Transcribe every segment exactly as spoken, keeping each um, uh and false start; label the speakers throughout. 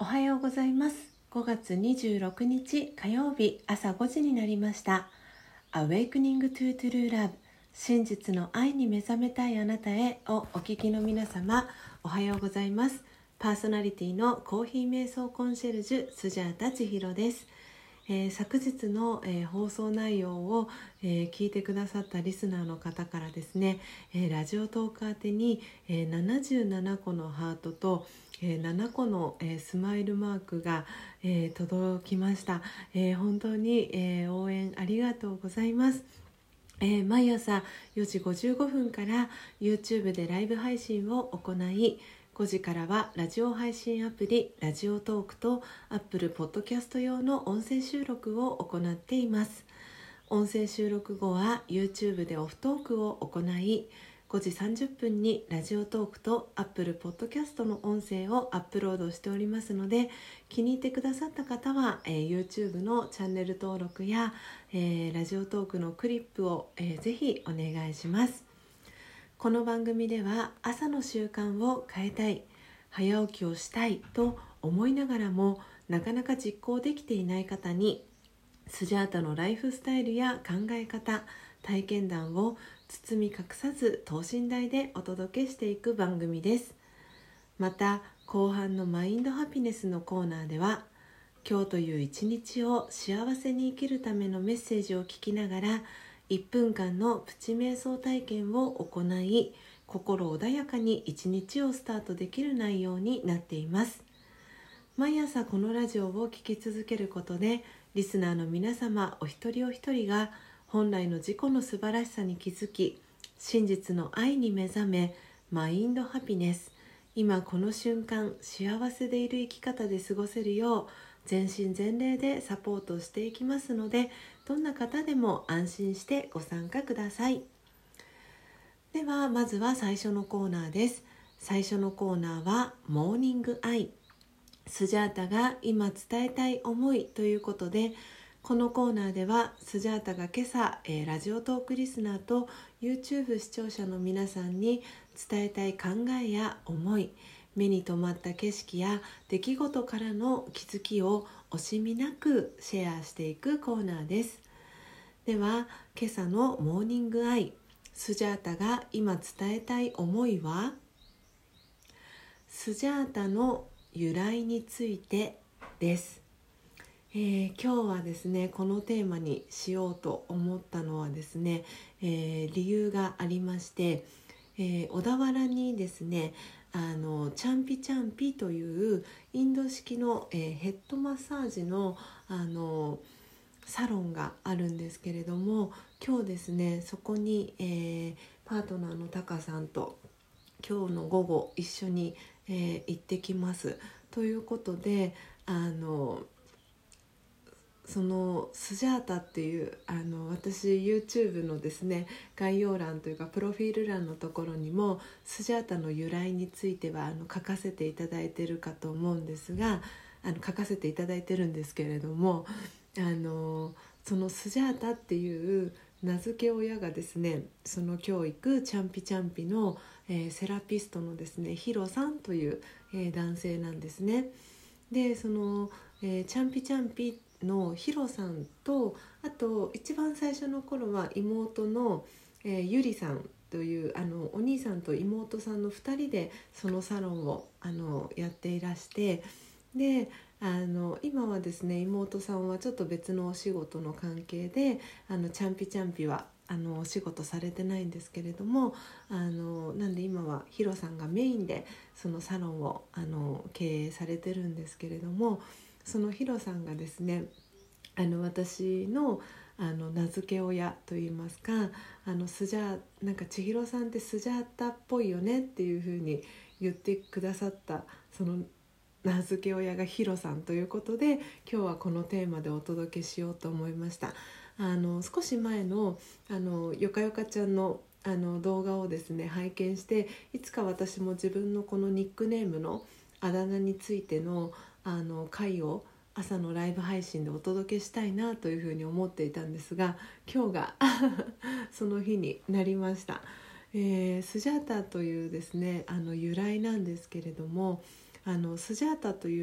Speaker 1: おはようございます。ごがつにじゅうろくにち火曜日朝ごじになりました。 Awakening to True Love 真実の愛に目覚めたいあなたへをお聞きの皆様、おはようございます。パーソナリティのコーヒー瞑想コンシェルジュスジャータ千尋です。えー、昨日の、えー、放送内容を、えー、聞いてくださったリスナーの方からですね、えー、ラジオトーク宛てに、えー、ななじゅうななこのハートと、えー、ななこの、えー、スマイルマークが、えー、届きました。えー、本当に、えー、応援ありがとうございます。えー、毎朝よじごじゅうごふんから YouTube でライブ配信を行い、ごじからはラジオ配信アプリラジオトークと Apple Podcast 用の音声収録を行っています。音声収録後は YouTube でオフトークを行い、ごじさんじゅっぷんにラジオトークと Apple Podcast の音声をアップロードしておりますので、気に入ってくださった方は、えー、YouTube のチャンネル登録や、えー、ラジオトークのクリップを、えー、ぜひお願いします。この番組では朝の習慣を変えたい、早起きをしたいと思いながらもなかなか実行できていない方に、スジャータのライフスタイルや考え方、体験談を包み隠さず等身大でお届けしていく番組です。また後半のマインドハピネスのコーナーでは、今日という一日を幸せに生きるためのメッセージを聞きながらいっぷんかんのプチ瞑想体験を行い、心穏やかに一日をスタートできる内容になっています。毎朝このラジオを聴き続けることで、リスナーの皆様お一人お一人が本来の自己の素晴らしさに気づき、真実の愛に目覚め、マインドハピネス、今この瞬間幸せでいる生き方で過ごせるよう全身全霊でサポートしていきますので、どんな方でも安心してご参加ください。ではまずは最初のコーナーです。最初のコーナーはモーニングアイ、スジャータが今伝えたい思いということで、このコーナーではスジャータが今朝、えー、ラジオトークリスナーと YouTube 視聴者の皆さんに伝えたい考えや思い、目に留まった景色や出来事からの気づきを惜しみなくシェアしていくコーナーです。では今朝のモーニングアイ、スジャータが今伝えたい思いは、スジャータの由来についてです。えー、今日はですね、このテーマにしようと思ったのはですね、えー、理由がありまして、えー、小田原にですね、あのチャンピチャンピというインド式の、えー、ヘッドマッサージの、あのサロンがあるんですけれども、今日ですねそこに、えー、パートナーのタカさんと今日の午後一緒に、えー、行ってきますということで、あのそのスジャータっていうあの私 YouTube のですね概要欄というかプロフィール欄のところにもスジャータの由来についてはあの書かせていただいているかと思うんですが、あの書かせていただいてるんですけれども、あのそのスジャータっていう名付け親がですね、その教育チャンピチャンピの、えー、セラピストのですねヒロさんという、えー、男性なんですね。でその、えー、チャンピチャンピのヒロさんと、あと一番最初の頃は妹の、えー、ゆりさんというあのお兄さんと妹さんのふたりでそのサロンをあのやっていらして、であの今はですね妹さんはちょっと別のお仕事の関係であのチャンピチャンピはあのお仕事されてないんですけれども、あのなんで今はヒロさんがメインでそのサロンをあの経営されてるんですけれども、そのヒロさんがですね、あの私のあの名付け親といいますか、あのスジャーなんか千尋さんってスジャータっぽいよねっていう風に言ってくださった、その名付け親がヒロさんということで、今日はこのテーマでお届けしようと思いました。あの少し前のあのよかよかちゃんのあの動画をですね拝見して、いつか私も自分のこのニックネームのあだ名についてのあの回を朝のライブ配信でお届けしたいなというふうに思っていたんですが、今日がその日になりました。えー、スジャータというですねあの由来なんですけれども、あのスジャータという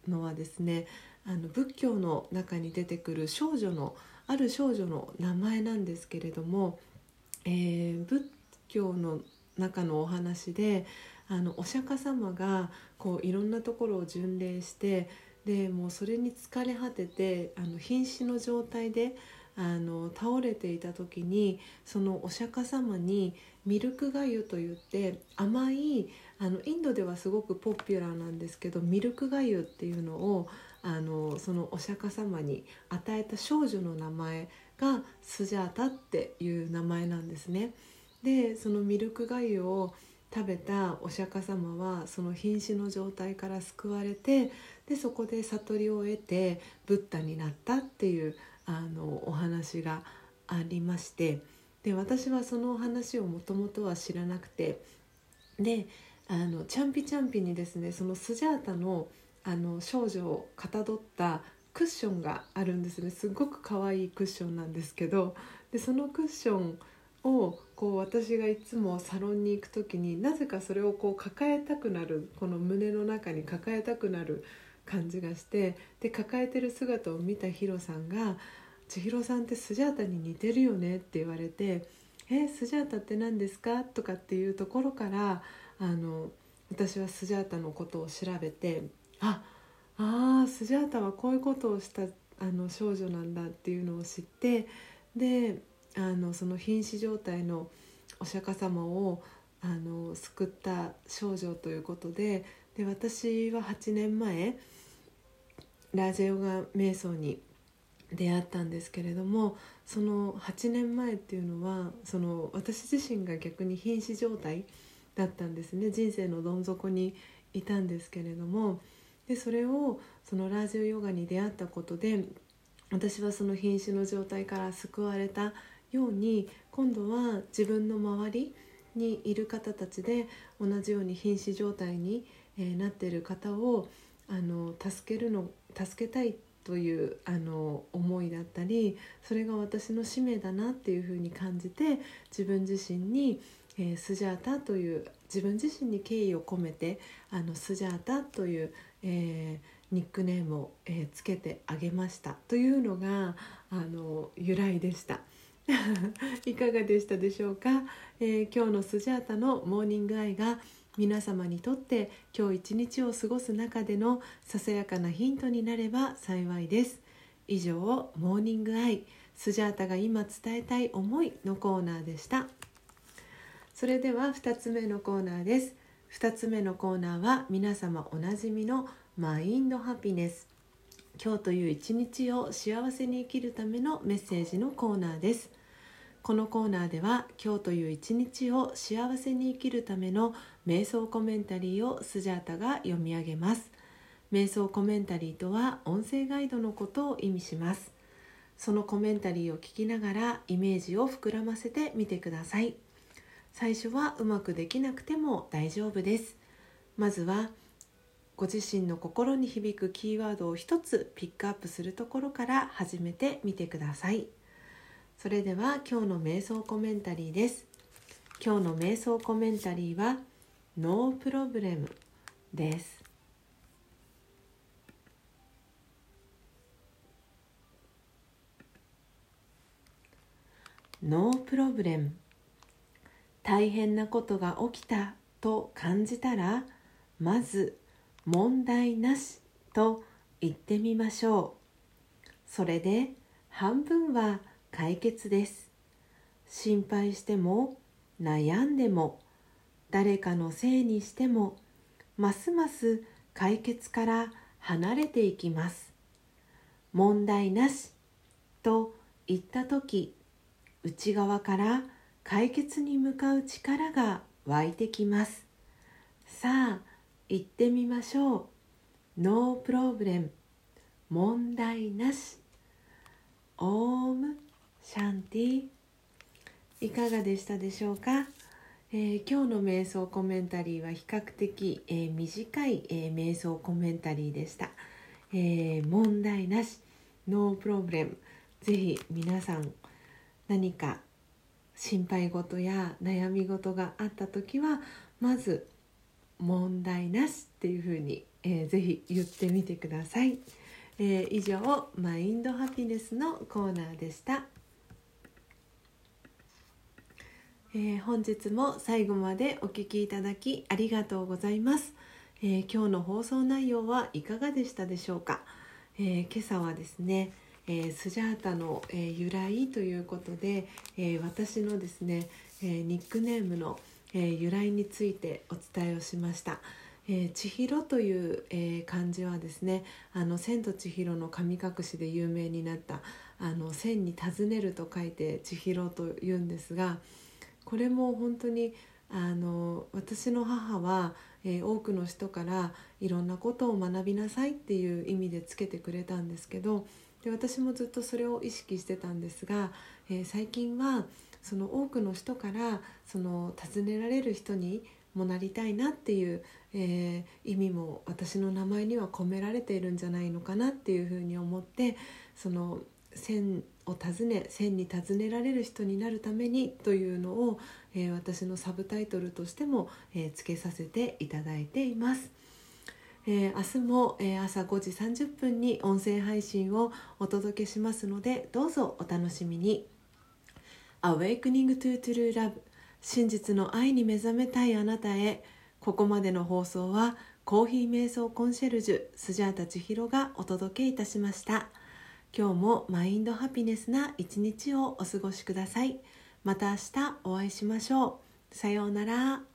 Speaker 1: のはですね、あの仏教の中に出てくる少女のある少女の名前なんですけれども、えー、仏教の中のお話で、あのお釈迦様がこういろんなところを巡礼して、でもうそれに疲れ果ててあの瀕死の状態であの倒れていた時に、そのお釈迦様にミルクがゆといって甘い、あのインドではすごくポピュラーなんですけど、ミルクがゆっていうのをあのそのお釈迦様に与えた少女の名前がスジャータっていう名前なんですね。でそのミルクがゆを食べたお釈迦様はその瀕死の状態から救われて、でそこで悟りを得てブッダになったっていうあのお話がありまして、で私はそのお話をもともとは知らなくて、であのチャンピチャンピにですね、そのスジャータのあの少女をかたどったクッションがあるんですね。すごく可愛いクッションなんですけど、でそのクッションをこう私がいつもサロンに行く時になぜかそれをこう抱えたくなる、この胸の中に抱えたくなる感じがして、で抱えてる姿を見たヒロさんが「千尋さんってスジャータに似てるよね」って言われて「えスジャータって何ですか?」とかっていうところからあの私はスジャータのことを調べて、ああスジャータはこういうことをしたあの少女なんだっていうのを知って、であのその瀕死状態のお釈迦様をあの救った少女ということで、で私ははちねんまえラージェヨガ瞑想に出会ったんですけれども、そのはちねんまえっていうのはその私自身が逆に瀕死状態だったんですね。人生のどん底にいたんですけれども、でそれをそのラージオヨガに出会ったことで私はその瀕死の状態から救われたように、今度は自分の周りにいる方たちで同じように瀕死状態に、えー、なっている方をあの助けるの助けたいというあの思いだったり、それが私の使命だなっていうふうに感じて、自分自身に、えー、スジャータという自分自身に敬意を込めてあのスジャータという、えー、ニックネームを、えー、つけてあげましたというのがあの由来でしたいかがでしたでしょうか、えー、今日のスジャータのモーニングアイが皆様にとって今日一日を過ごす中でのささやかなヒントになれば幸いです。以上、モーニングアイスジャータが今伝えたい思いのコーナーでした。それではふたつめのコーナーです。ふたつめのコーナーは皆様おなじみのマインドハピネス。今日という一日を幸せに生きるためのメッセージのコーナーです。このコーナーでは今日という一日を幸せに生きるための瞑想コメンタリーをスジャータが読み上げます。瞑想コメンタリーとは音声ガイドのことを意味します。そのコメンタリーを聞きながらイメージを膨らませてみてください。最初はうまくできなくても大丈夫です。まずはご自身の心に響くキーワードを一つピックアップするところから始めてみてください。それでは今日の瞑想コメンタリーです。今日の瞑想コメンタリーはノープロブレムです。ノープロブレム。大変なことが起きたと感じたら、まず問題なしと言ってみましょう。それで半分は解決です。心配しても悩んでも誰かのせいにしてもますます解決から離れていきます。問題なしと言ったとき、内側から解決に向かう力が湧いてきます。さあ言ってみましょう。ノープロブレム、問題なし。オームシャンティ。いかがでしたでしょうか、えー、今日の瞑想コメンタリーは比較的、えー、短い、えー、瞑想コメンタリーでした、えー、問題なし、ノープロブレム。ぜひ皆さん何か心配事や悩み事があったときは、まず問題なしっていうふうに、えー、ぜひ言ってみてください。えー、以上マインドハピネスのコーナーでした。えー、本日も最後までお聞きいただきありがとうございます。えー、今日の放送内容はいかがでしたでしょうか。えー、今朝はですね、えー、スジャータの、えー、由来ということで、えー、私のですね、えー、ニックネームの、えー、由来についてお伝えをしました。えー、千尋という、えー、漢字はですね、あの千と千尋の神隠しで有名になったあの千に尋ねると書いて千尋というんですが、これも本当にあの私の母は、えー、多くの人からいろんなことを学びなさいっていう意味でつけてくれたんですけど、で私もずっとそれを意識してたんですが、えー、最近はその多くの人からその尋ねられる人にもなりたいなっていう、えー、意味も私の名前には込められているんじゃないのかなっていうふうに思って、その千を訪ね千に尋ねられる人になるためにというのを、えー、私のサブタイトルとしても、えー、つけさせていただいています。えー、明日も、えー、朝ごじさんじゅっぷんに音声配信をお届けしますので、どうぞお楽しみに。 Awakening to True Love、 真実の愛に目覚めたいあなたへ。ここまでの放送はコーヒー瞑想コンシェルジュスジャータ千尋がお届けいたしました。今日もマインドハピネスな一日をお過ごしください。また明日お会いしましょう。さようなら。